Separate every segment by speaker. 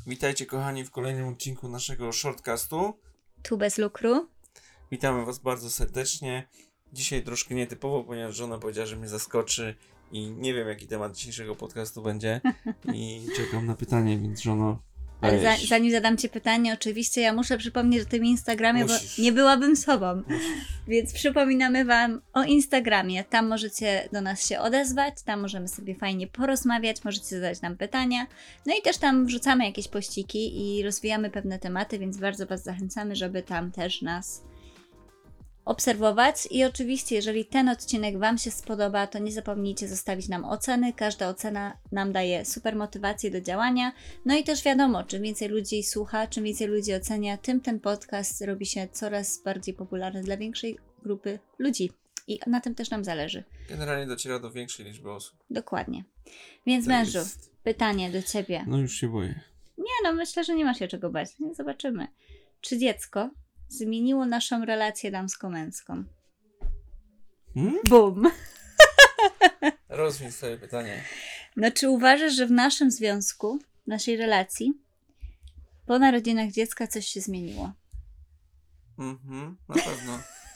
Speaker 1: Witajcie kochani w kolejnym odcinku naszego shortcastu.
Speaker 2: Tu bez lukru.
Speaker 1: Witamy was bardzo serdecznie. Dzisiaj troszkę nietypowo, ponieważ żona powiedziała, że mnie zaskoczy i nie wiem, jaki temat dzisiejszego podcastu będzie i czekam na pytanie, więc żono,
Speaker 2: Ale zanim zadam ci pytanie, oczywiście ja muszę przypomnieć o tym Instagramie,
Speaker 1: Musisz.
Speaker 2: bo nie byłabym sobą. Więc przypominamy wam o Instagramie. Tam możecie do nas się odezwać, tam możemy sobie fajnie porozmawiać, możecie zadać nam pytania. No i też tam wrzucamy jakieś pościki i rozwijamy pewne tematy, więc bardzo was zachęcamy, żeby tam też nas obserwować. I oczywiście, jeżeli ten odcinek wam się spodoba, to nie zapomnijcie zostawić nam oceny. Każda ocena nam daje super motywację do działania. No i też wiadomo, czym więcej ludzi słucha, czym więcej ludzi ocenia, tym ten podcast robi się coraz bardziej popularny dla większej grupy ludzi. I na tym też nam zależy.
Speaker 1: generalnie dociera do większej liczby osób.
Speaker 2: Dokładnie. Więc
Speaker 1: To
Speaker 2: mężu,
Speaker 1: jest-
Speaker 2: pytanie do ciebie.
Speaker 1: No już się boję.
Speaker 2: Nie, myślę, że nie ma się czego bać. Zobaczymy. Czy dziecko zmieniło naszą relację damsko-męską? Bum!
Speaker 1: Rozwiń swoje pytanie.
Speaker 2: No, czy uważasz, że w naszym związku, w naszej relacji, po narodzinach dziecka coś się zmieniło?
Speaker 1: Na pewno.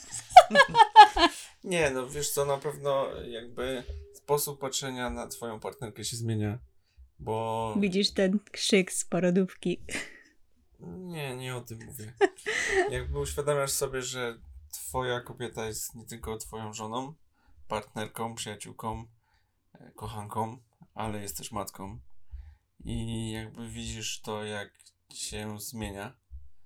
Speaker 1: Nie, no wiesz co, na pewno jakby sposób patrzenia na twoją partnerkę się zmienia, bo...
Speaker 2: Widzisz ten krzyk z porodówki.
Speaker 1: Nie o tym mówię. Jakby uświadamiasz sobie, że twoja kobieta jest nie tylko twoją żoną, partnerką, przyjaciółką, kochanką, ale jest też matką. I jakby widzisz to, jak się zmienia.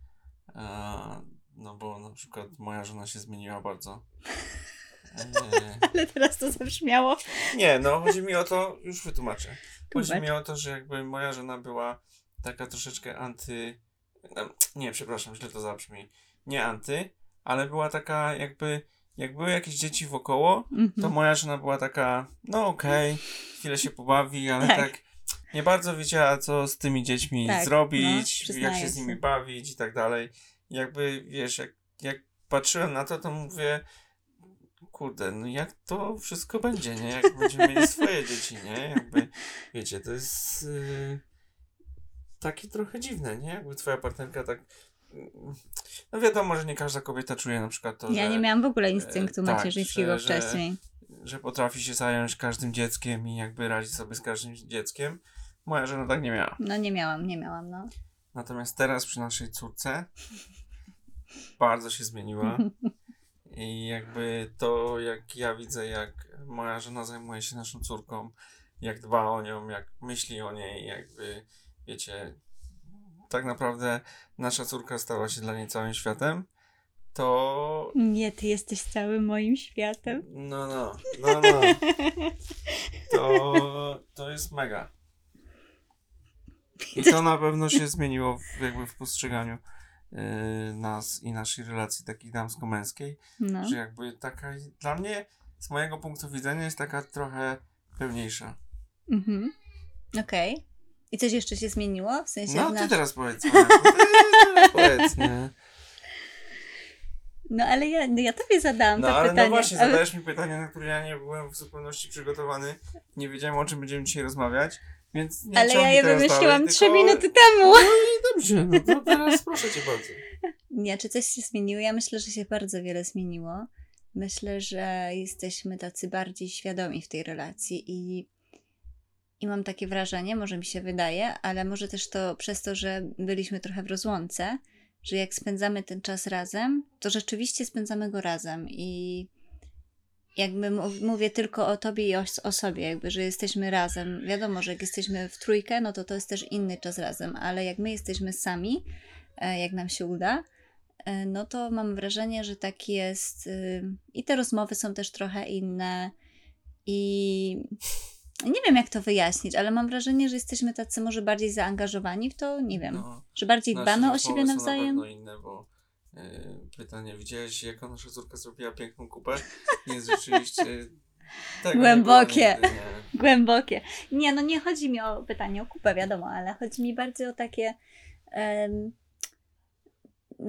Speaker 1: No bo na przykład moja żona się zmieniła bardzo.
Speaker 2: Ale teraz to zabrzmiało.
Speaker 1: Nie, no chodzi mi o to, już wytłumaczę. Chodzi
Speaker 2: Tłumacz.
Speaker 1: mi o to, że jakby moja żona była taka troszeczkę nie, przepraszam, źle to zabrzmi. Nie anty, ale była taka jakby, jak były jakieś dzieci wokoło, to moja żona była taka, no okej, chwilę się pobawi, ale tak nie bardzo wiedziała, co z tymi dziećmi zrobić, jak się z nimi bawić i tak dalej. Jakby, wiesz, jak patrzyłem na to, to mówię, kurde, no jak to wszystko będzie, nie? Jak będziemy mieli swoje dzieci, nie? Jakby, wiecie, to jest takie trochę dziwne, nie? Jakby twoja partnerka tak... No wiadomo, że nie każda kobieta czuje na przykład to,
Speaker 2: Ja
Speaker 1: że...
Speaker 2: nie miałam w ogóle instynktu
Speaker 1: tak,
Speaker 2: macierzyńskiego wcześniej.
Speaker 1: Że potrafi się zająć każdym dzieckiem i jakby radzić sobie z każdym dzieckiem. Moja żona tak nie miała.
Speaker 2: No nie miałam, no.
Speaker 1: Natomiast teraz przy naszej córce bardzo się zmieniła. I jakby to, jak ja widzę, jak moja żona zajmuje się naszą córką, jak dba o nią, jak myśli o niej, jakby, wiecie, tak naprawdę nasza córka stała się dla niej całym światem, to...
Speaker 2: Nie, ty jesteś całym moim światem.
Speaker 1: No. To jest mega. I to na pewno się zmieniło jakby w postrzeganiu nas i naszej relacji takiej damsko-męskiej,
Speaker 2: No.
Speaker 1: że jakby taka, dla mnie, z mojego punktu widzenia jest taka trochę pełniejsza.
Speaker 2: Okej. I coś jeszcze się zmieniło? W sensie
Speaker 1: No ty teraz powiedz, nie?
Speaker 2: No ale ja tobie zadałam
Speaker 1: No
Speaker 2: to
Speaker 1: ale
Speaker 2: pytanie.
Speaker 1: no właśnie, zadajesz mi pytanie, na które ja nie byłem w zupełności przygotowany. Nie wiedziałem, o czym będziemy dzisiaj rozmawiać, więc nie
Speaker 2: Ale ja je
Speaker 1: teraz
Speaker 2: wymyśliłam
Speaker 1: dalej,
Speaker 2: 3
Speaker 1: tylko...
Speaker 2: minuty temu.
Speaker 1: No i dobrze, no to teraz proszę cię bardzo.
Speaker 2: Nie, czy coś się zmieniło? Ja myślę, że się bardzo wiele zmieniło. Myślę, że jesteśmy tacy bardziej świadomi w tej relacji i mam takie wrażenie, może mi się wydaje, ale może też to przez to, że byliśmy trochę w rozłące, że jak spędzamy ten czas razem, to rzeczywiście spędzamy go razem i jakby mówię tylko o tobie i o sobie, jakby, że jesteśmy razem. Wiadomo, że jak jesteśmy w trójkę, no to jest też inny czas razem, ale jak my jesteśmy sami, jak nam się uda, no to mam wrażenie, że tak jest i te rozmowy są też trochę inne i nie wiem, jak to wyjaśnić, ale mam wrażenie, że jesteśmy tacy może bardziej zaangażowani w to, nie wiem, że bardziej dbamy o siebie nawzajem.
Speaker 1: Są na pewno inne, bo pytanie, widziałeś, jaką nasza córka zrobiła piękną kupę? Jest rzeczywiście...
Speaker 2: Głębokie.
Speaker 1: Nie.
Speaker 2: Głębokie. Nie, no nie chodzi mi o pytanie o kupę, wiadomo, ale chodzi mi bardziej o takie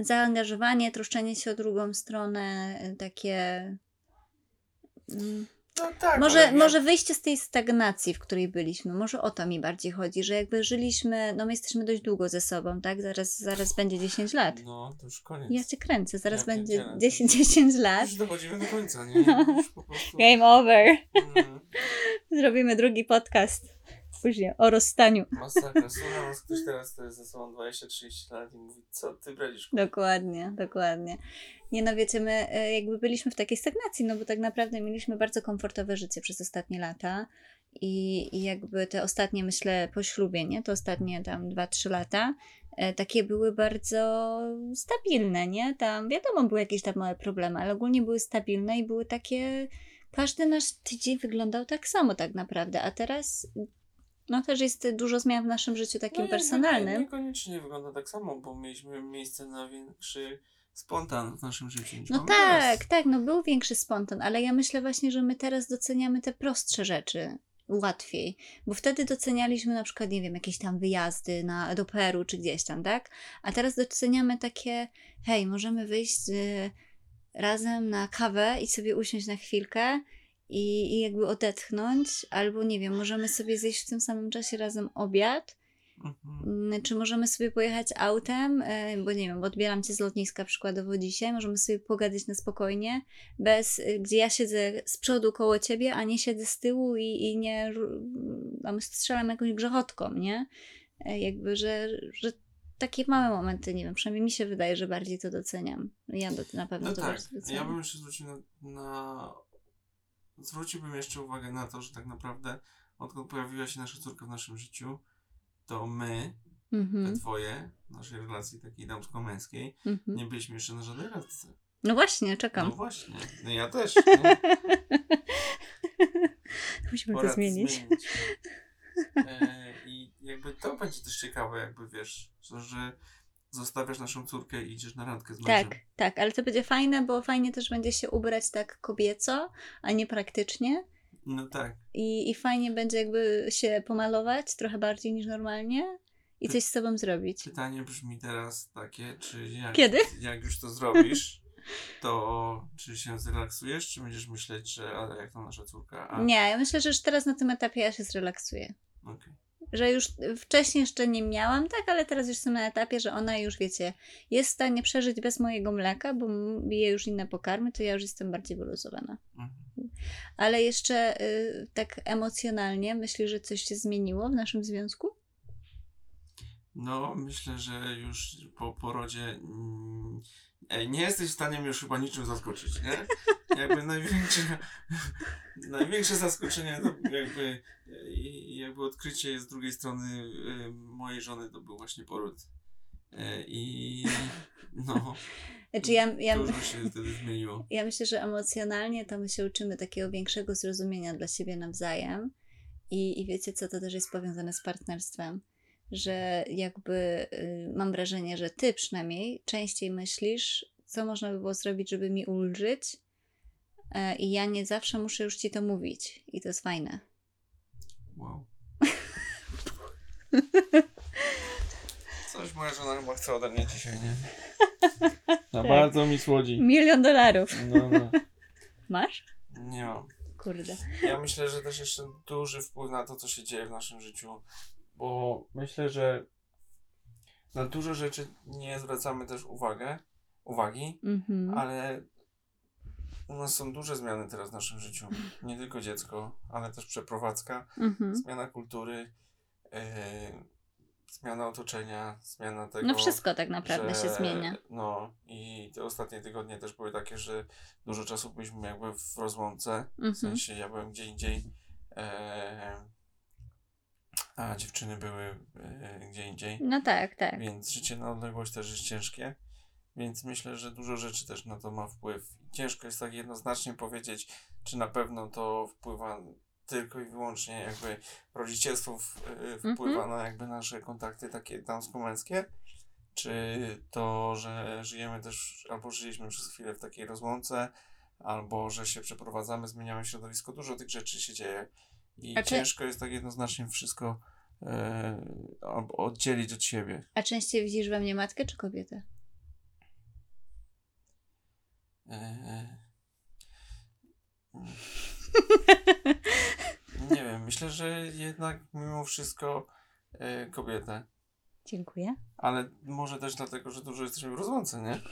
Speaker 2: zaangażowanie, troszczenie się o drugą stronę, takie
Speaker 1: No tak,
Speaker 2: Może wyjście z tej stagnacji, w której byliśmy, może o to mi bardziej chodzi, że jakby żyliśmy, no my jesteśmy dość długo ze sobą, tak? Zaraz będzie 10 lat.
Speaker 1: No, to już koniec.
Speaker 2: Ja cię kręcę, zaraz będzie
Speaker 1: pierdzielę,
Speaker 2: 10 lat.
Speaker 1: Już dochodzimy do końca, nie? Już po prostu...
Speaker 2: Game over. Zrobimy drugi podcast później o rozstaniu.
Speaker 1: Masakra. Słucha nas ktoś teraz, to jest ze sobą 20-30 lat i mówi, co ty bredzisz?
Speaker 2: Dokładnie. Nie no, wiecie, my jakby byliśmy w takiej stagnacji, no bo tak naprawdę mieliśmy bardzo komfortowe życie przez ostatnie lata i jakby te ostatnie, myślę, po ślubie, nie? To ostatnie tam 2-3 lata takie były bardzo stabilne, nie? Tam wiadomo, były jakieś tam małe problemy, ale ogólnie były stabilne i były takie... Każdy nasz tydzień wyglądał tak samo tak naprawdę, a teraz no też jest dużo zmian w naszym życiu takim personalnym.
Speaker 1: Niekoniecznie wygląda tak samo, bo mieliśmy miejsce na większy spontan w naszym życiu niż
Speaker 2: no
Speaker 1: mamy
Speaker 2: tak,
Speaker 1: teraz.
Speaker 2: tak, no był większy spontan, ale ja myślę właśnie, że my teraz doceniamy te prostsze rzeczy łatwiej, bo wtedy docenialiśmy na przykład, nie wiem, jakieś tam wyjazdy do Peru czy gdzieś tam, tak? A teraz doceniamy takie, hej, możemy wyjść razem na kawę i sobie usiąść na chwilkę i jakby odetchnąć, albo nie wiem, możemy sobie zjeść w tym samym czasie razem obiad, czy możemy sobie pojechać autem, bo nie wiem, odbieram cię z lotniska przykładowo dzisiaj, możemy sobie pogadać na spokojnie, gdzie ja siedzę z przodu koło ciebie, a nie siedzę z tyłu i nie strzelam jakąś grzechotką, nie? Jakby, że takie małe momenty, nie wiem, przynajmniej mi się wydaje, że bardziej to doceniam. Ja na pewno
Speaker 1: no
Speaker 2: to
Speaker 1: tak,
Speaker 2: bardzo doceniam.
Speaker 1: Ja bym jeszcze zwróciłbym jeszcze uwagę na to, że tak naprawdę odkąd pojawiła się nasza córka w naszym życiu, to my, te dwoje, w naszej relacji takiej damsko-męskiej, nie byliśmy jeszcze na żadnej randce.
Speaker 2: No właśnie, czekam.
Speaker 1: No właśnie, no ja też.
Speaker 2: Musimy to zmienić.
Speaker 1: I jakby to będzie też ciekawe, jakby wiesz, że zostawiasz naszą córkę i idziesz na randkę z mężem.
Speaker 2: Tak, ale to będzie fajne, bo fajnie też będzie się ubrać tak kobieco, a nie praktycznie.
Speaker 1: No tak.
Speaker 2: I fajnie będzie jakby się pomalować trochę bardziej niż normalnie i coś z sobą zrobić.
Speaker 1: Pytanie brzmi teraz takie, czy jak już to zrobisz, to czy się zrelaksujesz, czy będziesz myśleć, że ale jak to nasza córka?
Speaker 2: Nie, ja myślę, że już teraz na tym etapie ja się zrelaksuję.
Speaker 1: Okay.
Speaker 2: Że już wcześniej jeszcze nie miałam, tak, ale teraz już jestem na etapie, że ona już, wiecie, jest w stanie przeżyć bez mojego mleka, bo bije już inne pokarmy, to ja już jestem bardziej wyluzowana. Ale jeszcze tak emocjonalnie myślisz, że coś się zmieniło w naszym związku?
Speaker 1: No, myślę, że już po porodzie nie jesteś w stanie mnie już chyba niczym zaskoczyć, nie? Jakby największe zaskoczenie to jakby odkrycie z drugiej strony mojej żony to był właśnie poród. I no,
Speaker 2: znaczy
Speaker 1: dużo się wtedy zmieniło.
Speaker 2: Ja myślę, że emocjonalnie to my się uczymy takiego większego zrozumienia dla siebie nawzajem i wiecie co, to też jest powiązane z partnerstwem, że jakby mam wrażenie, że ty przynajmniej częściej myślisz, co można by było zrobić, żeby mi ulżyć i ja nie zawsze muszę już ci to mówić i to jest fajne.
Speaker 1: Wow. Coś moja żona chyba chce ode mnie dzisiaj, nie? No tak. Bardzo mi słodzi.
Speaker 2: $1 000 000.
Speaker 1: No.
Speaker 2: Masz?
Speaker 1: Nie mam.
Speaker 2: Kurde.
Speaker 1: Ja myślę, że też jeszcze duży wpływ na to, co się dzieje w naszym życiu, bo myślę, że na dużo rzeczy nie zwracamy też uwagi, ale u nas są duże zmiany teraz w naszym życiu. Nie tylko dziecko, ale też przeprowadzka, zmiana kultury, zmiana otoczenia, zmiana tego...
Speaker 2: No wszystko tak naprawdę się zmienia.
Speaker 1: No i te ostatnie tygodnie też były takie, że dużo czasu byliśmy jakby w rozłące, w sensie ja byłem gdzie indziej, a dziewczyny były gdzie indziej.
Speaker 2: No tak.
Speaker 1: Więc życie na odległość też jest ciężkie, więc myślę, że dużo rzeczy też na to ma wpływ. Ciężko jest tak jednoznacznie powiedzieć, czy na pewno to wpływa tylko i wyłącznie jakby rodzicielstwo wpływa na jakby nasze kontakty takie damsko-męskie, czy to, że żyjemy też, albo żyliśmy przez chwilę w takiej rozłące, albo że się przeprowadzamy, zmieniamy środowisko, dużo tych rzeczy się dzieje i ciężko jest tak jednoznacznie wszystko oddzielić od siebie.
Speaker 2: A częściej widzisz we mnie matkę czy kobietę?
Speaker 1: Nie wiem, myślę, że jednak mimo wszystko kobietę.
Speaker 2: Dziękuję.
Speaker 1: Ale może też dlatego, że dużo jesteśmy w rozłące, nie?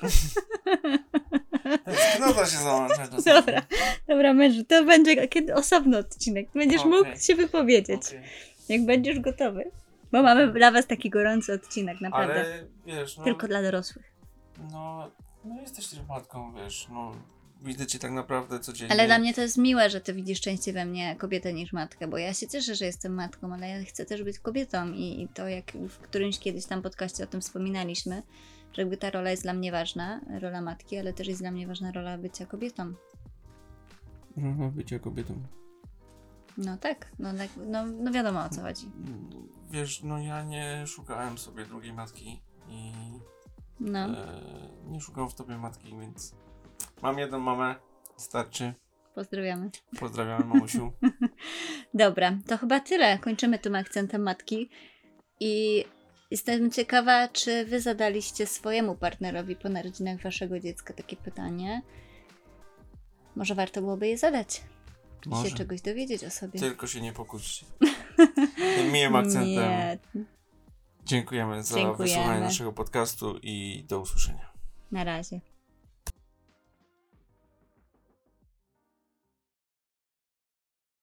Speaker 1: Tęsknota się załącza czasami.
Speaker 2: Dobra, mężu, to będzie kiedy osobny odcinek. Będziesz mógł się wypowiedzieć, jak będziesz gotowy. Bo mamy dla was taki gorący odcinek, naprawdę.
Speaker 1: Ale wiesz, no...
Speaker 2: Tylko dla dorosłych.
Speaker 1: No jesteś też matką, wiesz, widzę cię tak naprawdę codziennie.
Speaker 2: Ale dla mnie to jest miłe, że ty widzisz częściej we mnie kobietę niż matkę, bo ja się cieszę, że jestem matką, ale ja chcę też być kobietą i to jak w którymś kiedyś tam podcaście o tym wspominaliśmy, że jakby ta rola jest dla mnie ważna, rola matki, ale też jest dla mnie ważna rola bycia kobietą.
Speaker 1: Rola bycia kobietą.
Speaker 2: No tak, no wiadomo o co chodzi.
Speaker 1: Wiesz, ja nie szukałem sobie drugiej matki i nie szukałem w tobie matki, więc mam jedną mamę, starczy.
Speaker 2: Pozdrawiamy.
Speaker 1: Pozdrawiamy, mamusiu.
Speaker 2: Dobra, to chyba tyle. Kończymy tym akcentem matki i jestem ciekawa, czy wy zadaliście swojemu partnerowi po narodzinach waszego dziecka takie pytanie. Może warto byłoby je zadać. I się czegoś dowiedzieć o sobie.
Speaker 1: Tylko się nie pokłóćcie. Tym miłym akcentem.
Speaker 2: Nie.
Speaker 1: Dziękujemy za wysłuchanie naszego podcastu i do usłyszenia.
Speaker 2: Na razie.